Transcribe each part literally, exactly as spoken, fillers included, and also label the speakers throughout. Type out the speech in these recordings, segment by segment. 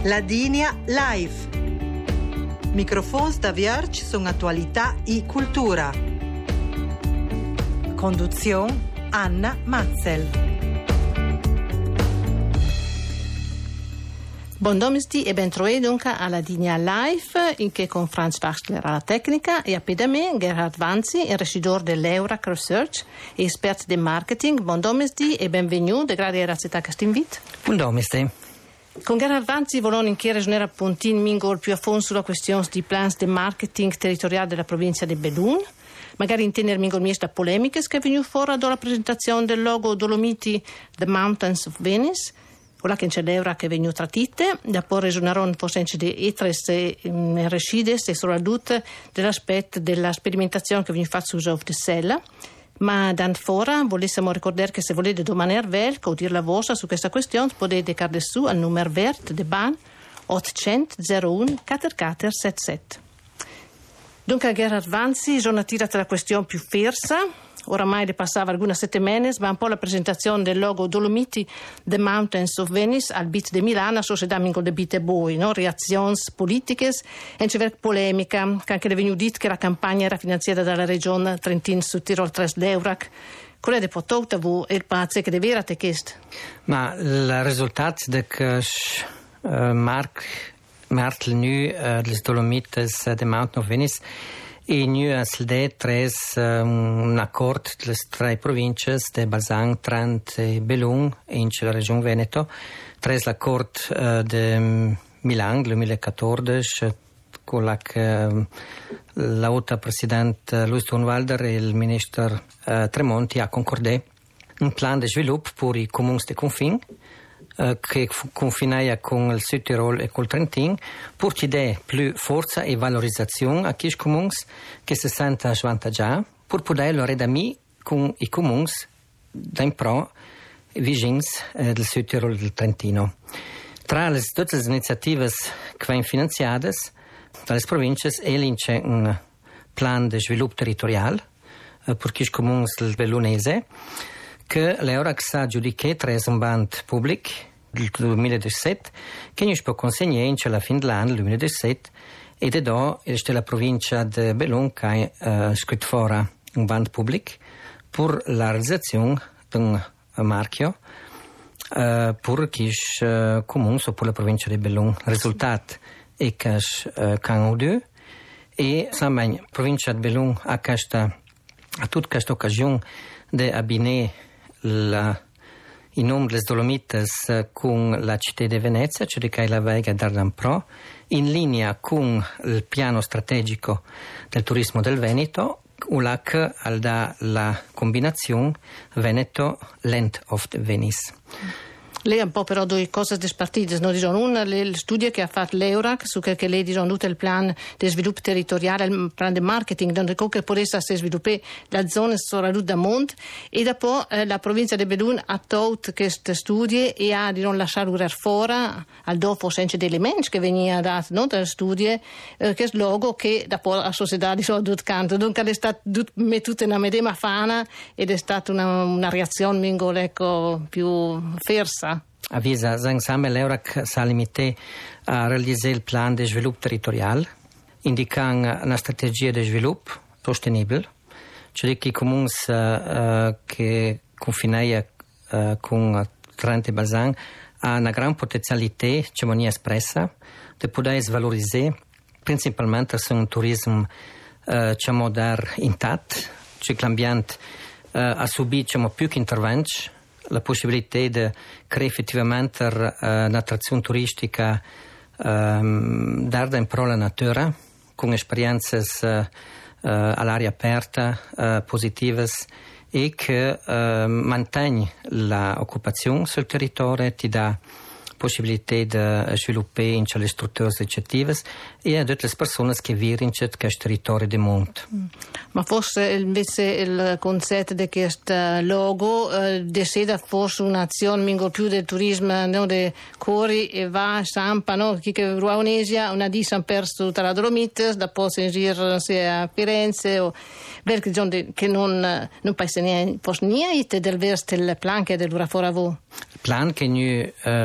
Speaker 1: Ladinia Live. Microfons da Vierge sono attualità e cultura. Conduzione Anna Mazzel.
Speaker 2: Buon domestico e ben trovati dunque alla Ladinia Live, in che con Franz Wachsler alla tecnica e a pedame Gerhard Vanzi, il regidor dell'Eurac Research e esperto di marketing. Buon domestico e benvenuto, grazie a città che invito.
Speaker 3: Buon domestico.
Speaker 2: Con Gerhard Vanzi vogliono in chiedere un appuntino mingo più a fondo sulla questione di plans di marketing territoriale della provincia di Belun. Magari intendere mingo la polemiche che è venuta fuori dalla presentazione del logo Dolomiti The Mountains of Venice. Quella che c'è l'Eura che è venuta tratite, dopo ragionarono forse di etres e rescides e soprattutto dell'aspetto della sperimentazione che viene fatta su Jove de Sella. Ma da fora volessimo ricordare che se volete domani vel, o dire la vostra su questa questione, potete cadere su al numero verde de ban ottocento zero uno quattordici settantasette. Dunque Gerhard Vanzi, sono tirata la questione più fiersa. Oramai le passava alcune settimane, ma un po' la presentazione del logo Dolomiti The Mountains of Venice al B I T di Milano, società mingo de B I T e Boi, no? Reazioni politiche e c'è polemica, che anche le veniva detto che la campagna era finanziata dalla regione Trentino su Tirol tre l'Eurac. Qual è po' tutta vu il pazzo che deve te chiesto?
Speaker 3: Ma il risultato è che uh, Marc Martel nu uh, les Dolomites uh, The Mountains of Venice e nu a slede tres um, un accord delle tre province de Balzan, Trent e Belun in la regione Veneto. Tres l'accord uh, de Milan duemilaquattordici con la che uh, l'auta presidente Luis Thunwalder e il ministro uh, Tremonti ha concordé un plan di sviluppo per i comuni de confin che confinava con il Sud Tirol e col Trentin, per ci dare più forza e valorizzazione a quei comuni che si sentono svantaggiati, per poterlo redamì con i comuni d'un pro vicini eh, del Sud Tirol e del Trentino. Tra le tutte le iniziative che vengono finanziate dalle province c'è un plan di sviluppo territoriale eh, per quei comuni del Bellunese che l'Eurac sa giudicare tre un bando pubblico del duemiladiciassette che non si può consegnare alla fine dell'anno duemiladiciassette e da dove è la provincia di Belun che ha uh, scritto fuori un bando pubblico per la realizzazione di un marchio uh, per chi uh, comune o per la provincia di Belun. Il risultato è che uh, can due e insomma la provincia di Belun ha questa a tutta questa occasione di abbinare la i nomi delle Dolomites con la città di Venezia, cioè che è la Vega d'Ardampro, in linea con il piano strategico del turismo del Veneto, là che al dà la combinazione Veneto-Land of Venice.
Speaker 2: Lei ha un po' però due cose dispartite, no? Una, il studio che ha fatto l'Eurac su che lei dice tutto il plan di sviluppo territoriale, il plan di marketing, donde che può essere sviluppare la zona soprattutto da monte e dopo eh, la provincia di Belun ha tolto questi studi e ha di non lasciare usare fuori al dopo senza degli elementi che veniva dato no? dal studio eh, questo logo che dopo la società di solito canto, dunque è stato mettuto in una medesima fana ed è stata una, una reazione mingo, ecco, più fiersa.
Speaker 3: Avvisa, ensemble l'Eurac si è limitato a realizzare il plan di sviluppo territoriale, indicando una strategia di sviluppo sostenibile, cioè che i comuni uh, che confinano uh, con Trent e Balzan hanno una grande potenzialità, che non è espressa, di poter valorizzare principalmente su un turismo uh, diciamo, intatto, cioè che l'ambiente uh, ha subito diciamo, più che interventi, la possibilità di creare effettivamente uh, un'attrazione turistica um, data in pro la natura con esperienze uh, uh, all'aria aperta uh, positive e che uh, mantiene l'occupazione sul territorio, ti dà possibilità di sviluppare in le strutture ricettive e a tutte le persone che vivono in questo territorio del mondo.
Speaker 2: Ma forse invece il concetto di questo logo eh, desidera forse un'azione mingo più del turismo no, di Cori e va Sampa, no? Chi che Ruaunesia una di San perso tutta la Dolomites, dopo si gira a Firenze o perché che non non pensa neanche forse niente del verso del plan che dell'ura fora voi.
Speaker 3: Il plan che noi ehm,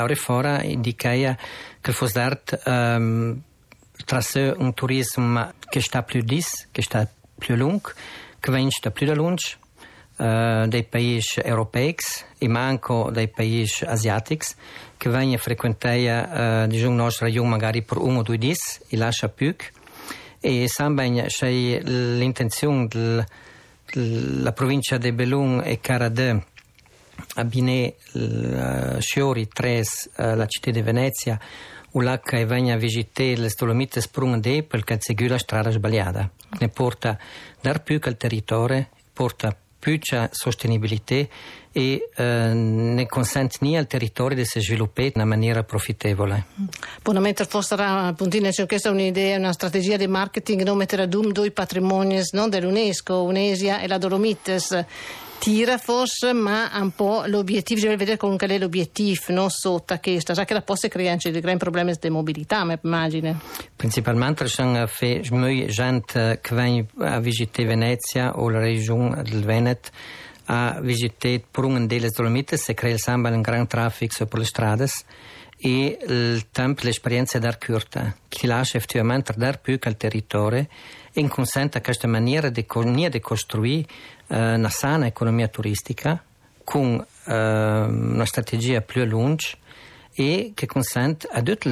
Speaker 3: Laura Fora indica che fosse d'art um, tracé un turisme che sta più dis, che sta più lungo, che viene da più da lungo uh, dei paesi europei e manco dei paesi asiatici, che vengono a frequentare uh, diciamo, nostra regione magari per uno o due dis e lascia più. E sambagna c'è l'intenzione della provincia di Belun e Caradè abbinare uh, Sciori tre uh, la città di Venezia u lac e venga a visitare le Dolomiti sprunghe perché segue la strada sbagliata. Ne porta dar più al territorio, porta più sostenibilità e eh, ne consente ni al territorio di si sviluppare in una maniera profittevole.
Speaker 2: Buonamente forse appuntino c'è questa un'idea, una strategia di marketing, non mettere a dum due patrimoni non dell'UNESCO, Unesia e la Dolomites. Tira forse, ma un po' l'obiettivo, bisogna vedere comunque è l'obiettivo, non sotto questa, già che la possa creare anche dei grandi problemi di mobilità, mi immagino. Principalmente sono molti gente che viene a visitare Venezia o la regione del Veneto a visitare per un delle Dolomiti, si crea sempre un grande traffico per le strade e il tempo, l'esperienza è dar corta, che lascia effettivamente dar più al territorio e consente a questa maniera di, di costruire uh, una sana economia turistica con uh, una strategia più a lungo e che consente a tutta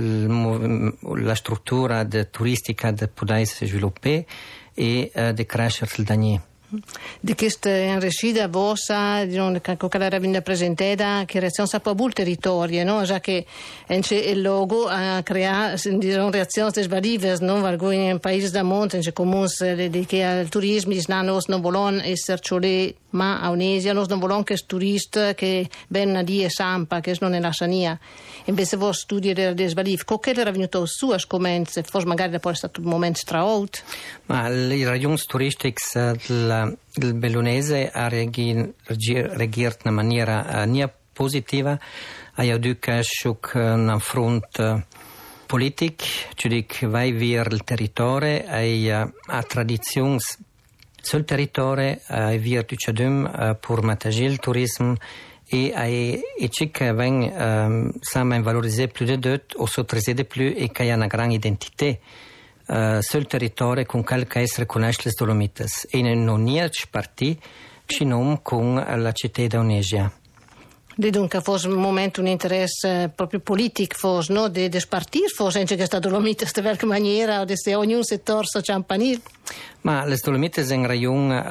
Speaker 2: la struttura de turistica di poter sviluppare e uh, di crescere il dagni. Di questa rescida vossa, che era venuta presentata, che reazione sa po' territorio, no? Già che il logo a creare reazioni svalive, no? Valgo in paesi da monte, in comuni che al turismo, non non vogliono essere ciolè, ma a Unesia non vogliono che turisti che vengono di e sampa, che non è la sania. Invece voi studi delle svalive, che era venuto su a scomenze, forse magari poi è stato un momento straordinario. Ma le regioni turistiche del, del Bellunese ha reagiert in una maniera uh, non positiva, ha avuto un front politico, cioè che vai via il territorio, e uh, ha tradizioni sul territorio, e via tucciadum uh, per matagire il turismo e e ciò che viene um, sembra valorizzare più di tutto o sottrisere di più e che ha una grande identità uh, sul territorio con quel che si riconosce le Dolomites e non è partito non con la città di Unesia. Di dunque forse un momento un interesse proprio politico forse, no? Di, di spartire forse anche questa Dolomites di qualche maniera o di ogni settore so campanile. Ma le Dolomites in regione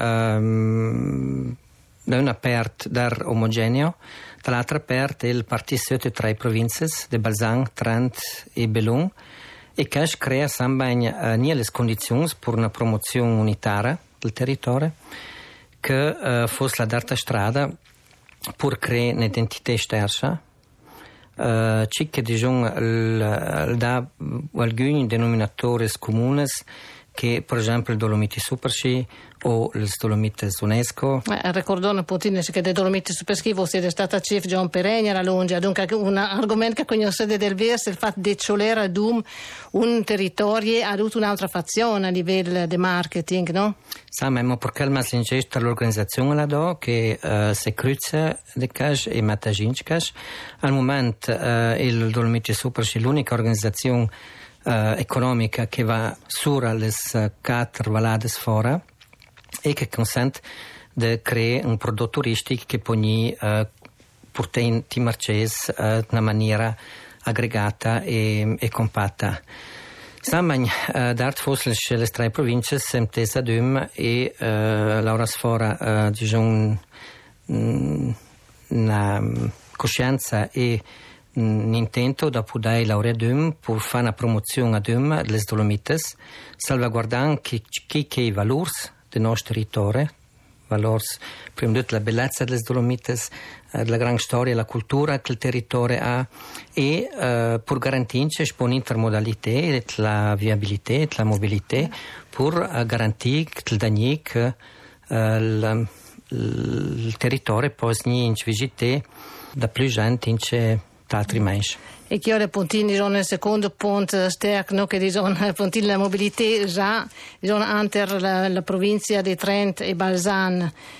Speaker 2: um, da una parte dar omogeneo, dall'altra parte il partito tra le province di Balzan, Trent e Belun e che crea sempre uh, le condizioni per una promozione unitaria del territorio che uh, fosse la d'altra strada per creare un'identità sterza uh, ciò che diciamo da alcuni denominatori comuni che per esempio il Dolomiti Superski o il Dolomiti UNESCO. Eh, ricordano appunto che il Dolomiti Superski voi siete stata chief John Peregna alla Longia, dunque un argomento che conoscete del verso il fatto di ciolere ad un, un territorio ha avuto un'altra fazione a livello di marketing, no? Sì, ma perché il Maslingesta l'organizzazione là do che uh, si cruza di cas e Mataginskas al momento uh, il Dolomiti Superski è l'unica organizzazione Uh, economica che va sulla le quattro vallate fora e che consente di creare un prodotto turistico che poi uh, porta in marchesi uh, in una maniera aggregata e, e compatta. Samagn uh, d'art fosse le tre province semtesa dum e uh, Laura Sfora uh, diciamo una coscienza e un intento da poter laureare per fare una promozione ad um delle Dolomites, salvaguardando chi che i valori del nostro territorio, valori, prima di tutto la bellezza delle Dolomites, eh, la grande storia, la cultura che il territorio ha e eh, per garantire l'intermodalità, la viabilità, la mobilità, per eh, garantire il danno che eh, il, il territorio possa visitare da più gente in altri mesi. E che ora puntini sono il secondo punto sterno che sono puntini la mobilità già sono anche la, la provincia di Trent e Balzan.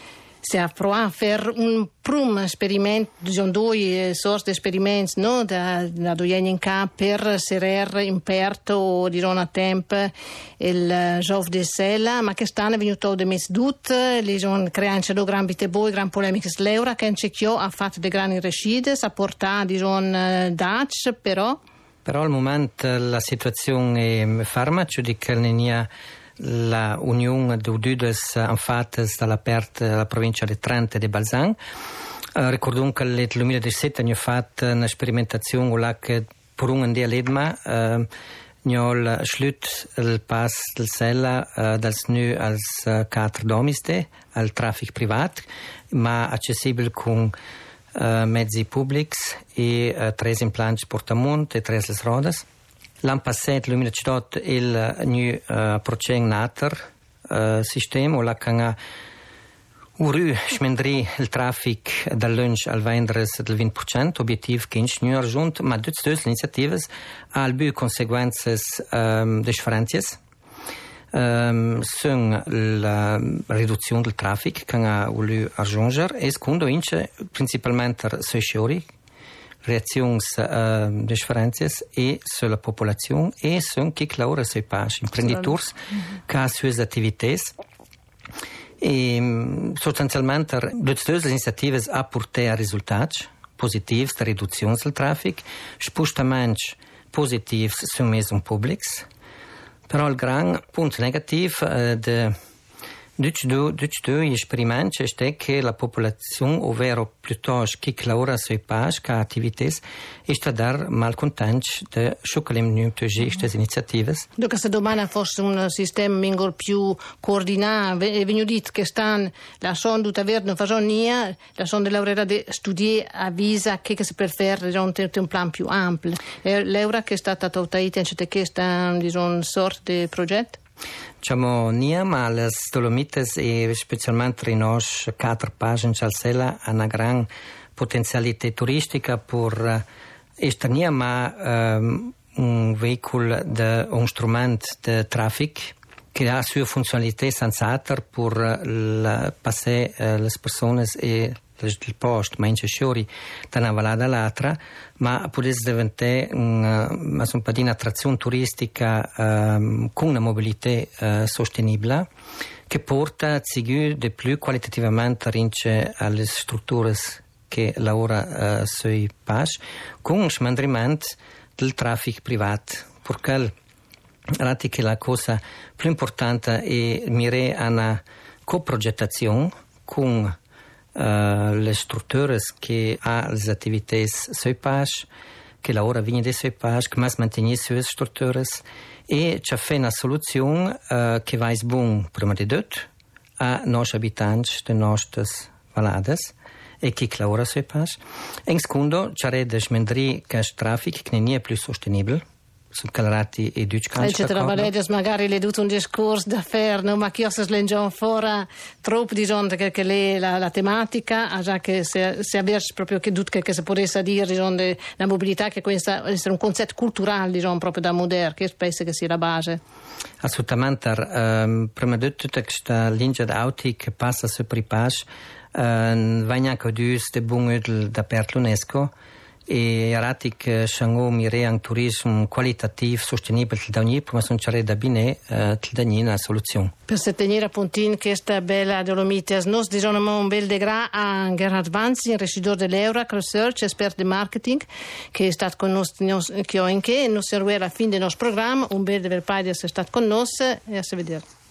Speaker 2: si ha provato a fare un primo esperimento, sono due sorti di esperimenti, no? da, da due anni in capo per serere imperto o di a tempo il gioco di sella, ma che stanno venuto da mesi tutti, li sono creati due grandi biteboi, grandi polemiche sull'euro, che ha fatto dei grandi rescide, ha portato di Dutch, però...
Speaker 3: Però al momento la situazione è farmaco di che non la unione di Ududes hanno fatto dall'aperta della provincia di Trento e di Balzan. Uh, ricordo che nel duemiladiciassette hanno fatto una sperimentazione là che per un anno l'edma uh, hanno slut il pass del sella uh, dal nu als uh, quattro domiste al traffico privato, ma accessibile con uh, mezzi pubblici e uh, tre implanti portamonte e tre le rodas. L'anno passato, nel duemiladiciotto, il new uh, procedimento nater uh, sistema, là che ha uru smendri il traffico dal lunch al venerdì del venti per cento, obiettivo che non è raggiunto, ma tutte queste iniziative hanno conseguenze um, differenti. Um, sono la riduzione del traffico che ha voluto raggiungere e secondo ince principalmente sociali, reazioni uh, differenti e sulla popolazione e sono chi lavora sui passi, imprenditori che hanno le sue attività. E sostanzialmente tutte le iniziative hanno portato a risultati positivi di riduzione del traffico, spostamenti positivi sui mezzi pubblici, però il gran punto negativo uh, de tutti due esperimenti è che la popolazione, ovvero piuttosto chi lavora sui passi, che ha attività, è stata malcontenta di ciò che le queste iniziative.
Speaker 2: Dunque, se domani fosse un sistema più coordinato, è venuto detto che stanno la sonda tutta verde non fa niente, la sonda lavorerà di studiare avvisa che si preferisce un, un plan più ampio. L'euro che è stata autorita in questa sorta di progetto?
Speaker 3: Diciamo, nia, ma le Dolomites e specialmente i nostri quattro pagine al sella hanno una gran potenzialità turistica per essere nia, ma um, un veicolo, de, un strumento di traffico che ha sue funzionalità sensate per passare uh, le persone e il posto, ma in cesciori da una vallata all'altra, ma potesse diventare una, un po' di un'attrazione turistica um, con una mobilità uh, sostenibile che porta di più qualitativamente alle strutture che lavora uh, sui passi con un smandrimento del traffico privato, perché che la cosa più importante è mirare a una coprogettazione con Uh, le strutture che ha le attività sui passi, che lavora vigna dei sui passi, che mas mantiene sulle strutture e ci fa una soluzione uh, che va buon prima di tutto a nostri abitanti delle nostre vallate e che lavora sui passi. E in secondo ci rende smendri che il traffico che non è più sostenibile. Sono calorati e due canti.
Speaker 2: C'è tra magari le dute un discorso da fare, no? Ma chi si legge fuori troppo di gente che, che le, la, la tematica, già che se, se avesse proprio che che, che si potesse dire diciamo, la mobilità, che questo è un concetto culturale diciamo, proprio da moderno, che penso che sia la base.
Speaker 3: Assolutamente. Um, prima di tutto questa linea di auti che passa sopra i passi uh, va anche di buon da per l'UNESCO e rati che sono mirare un turismo qualitativo sostenibile da ogni ma sono c'è da bene da una soluzione
Speaker 2: per sostenere appunto questa bella Dolomites noi diciamo un bel degra a Gerhard Vanzi, residor dell'Eurac Research, esperto di marketing che è stato con noi che ho in che non serve alla fine del nostro programma un bel del padre essere stato con noi e a se vedere.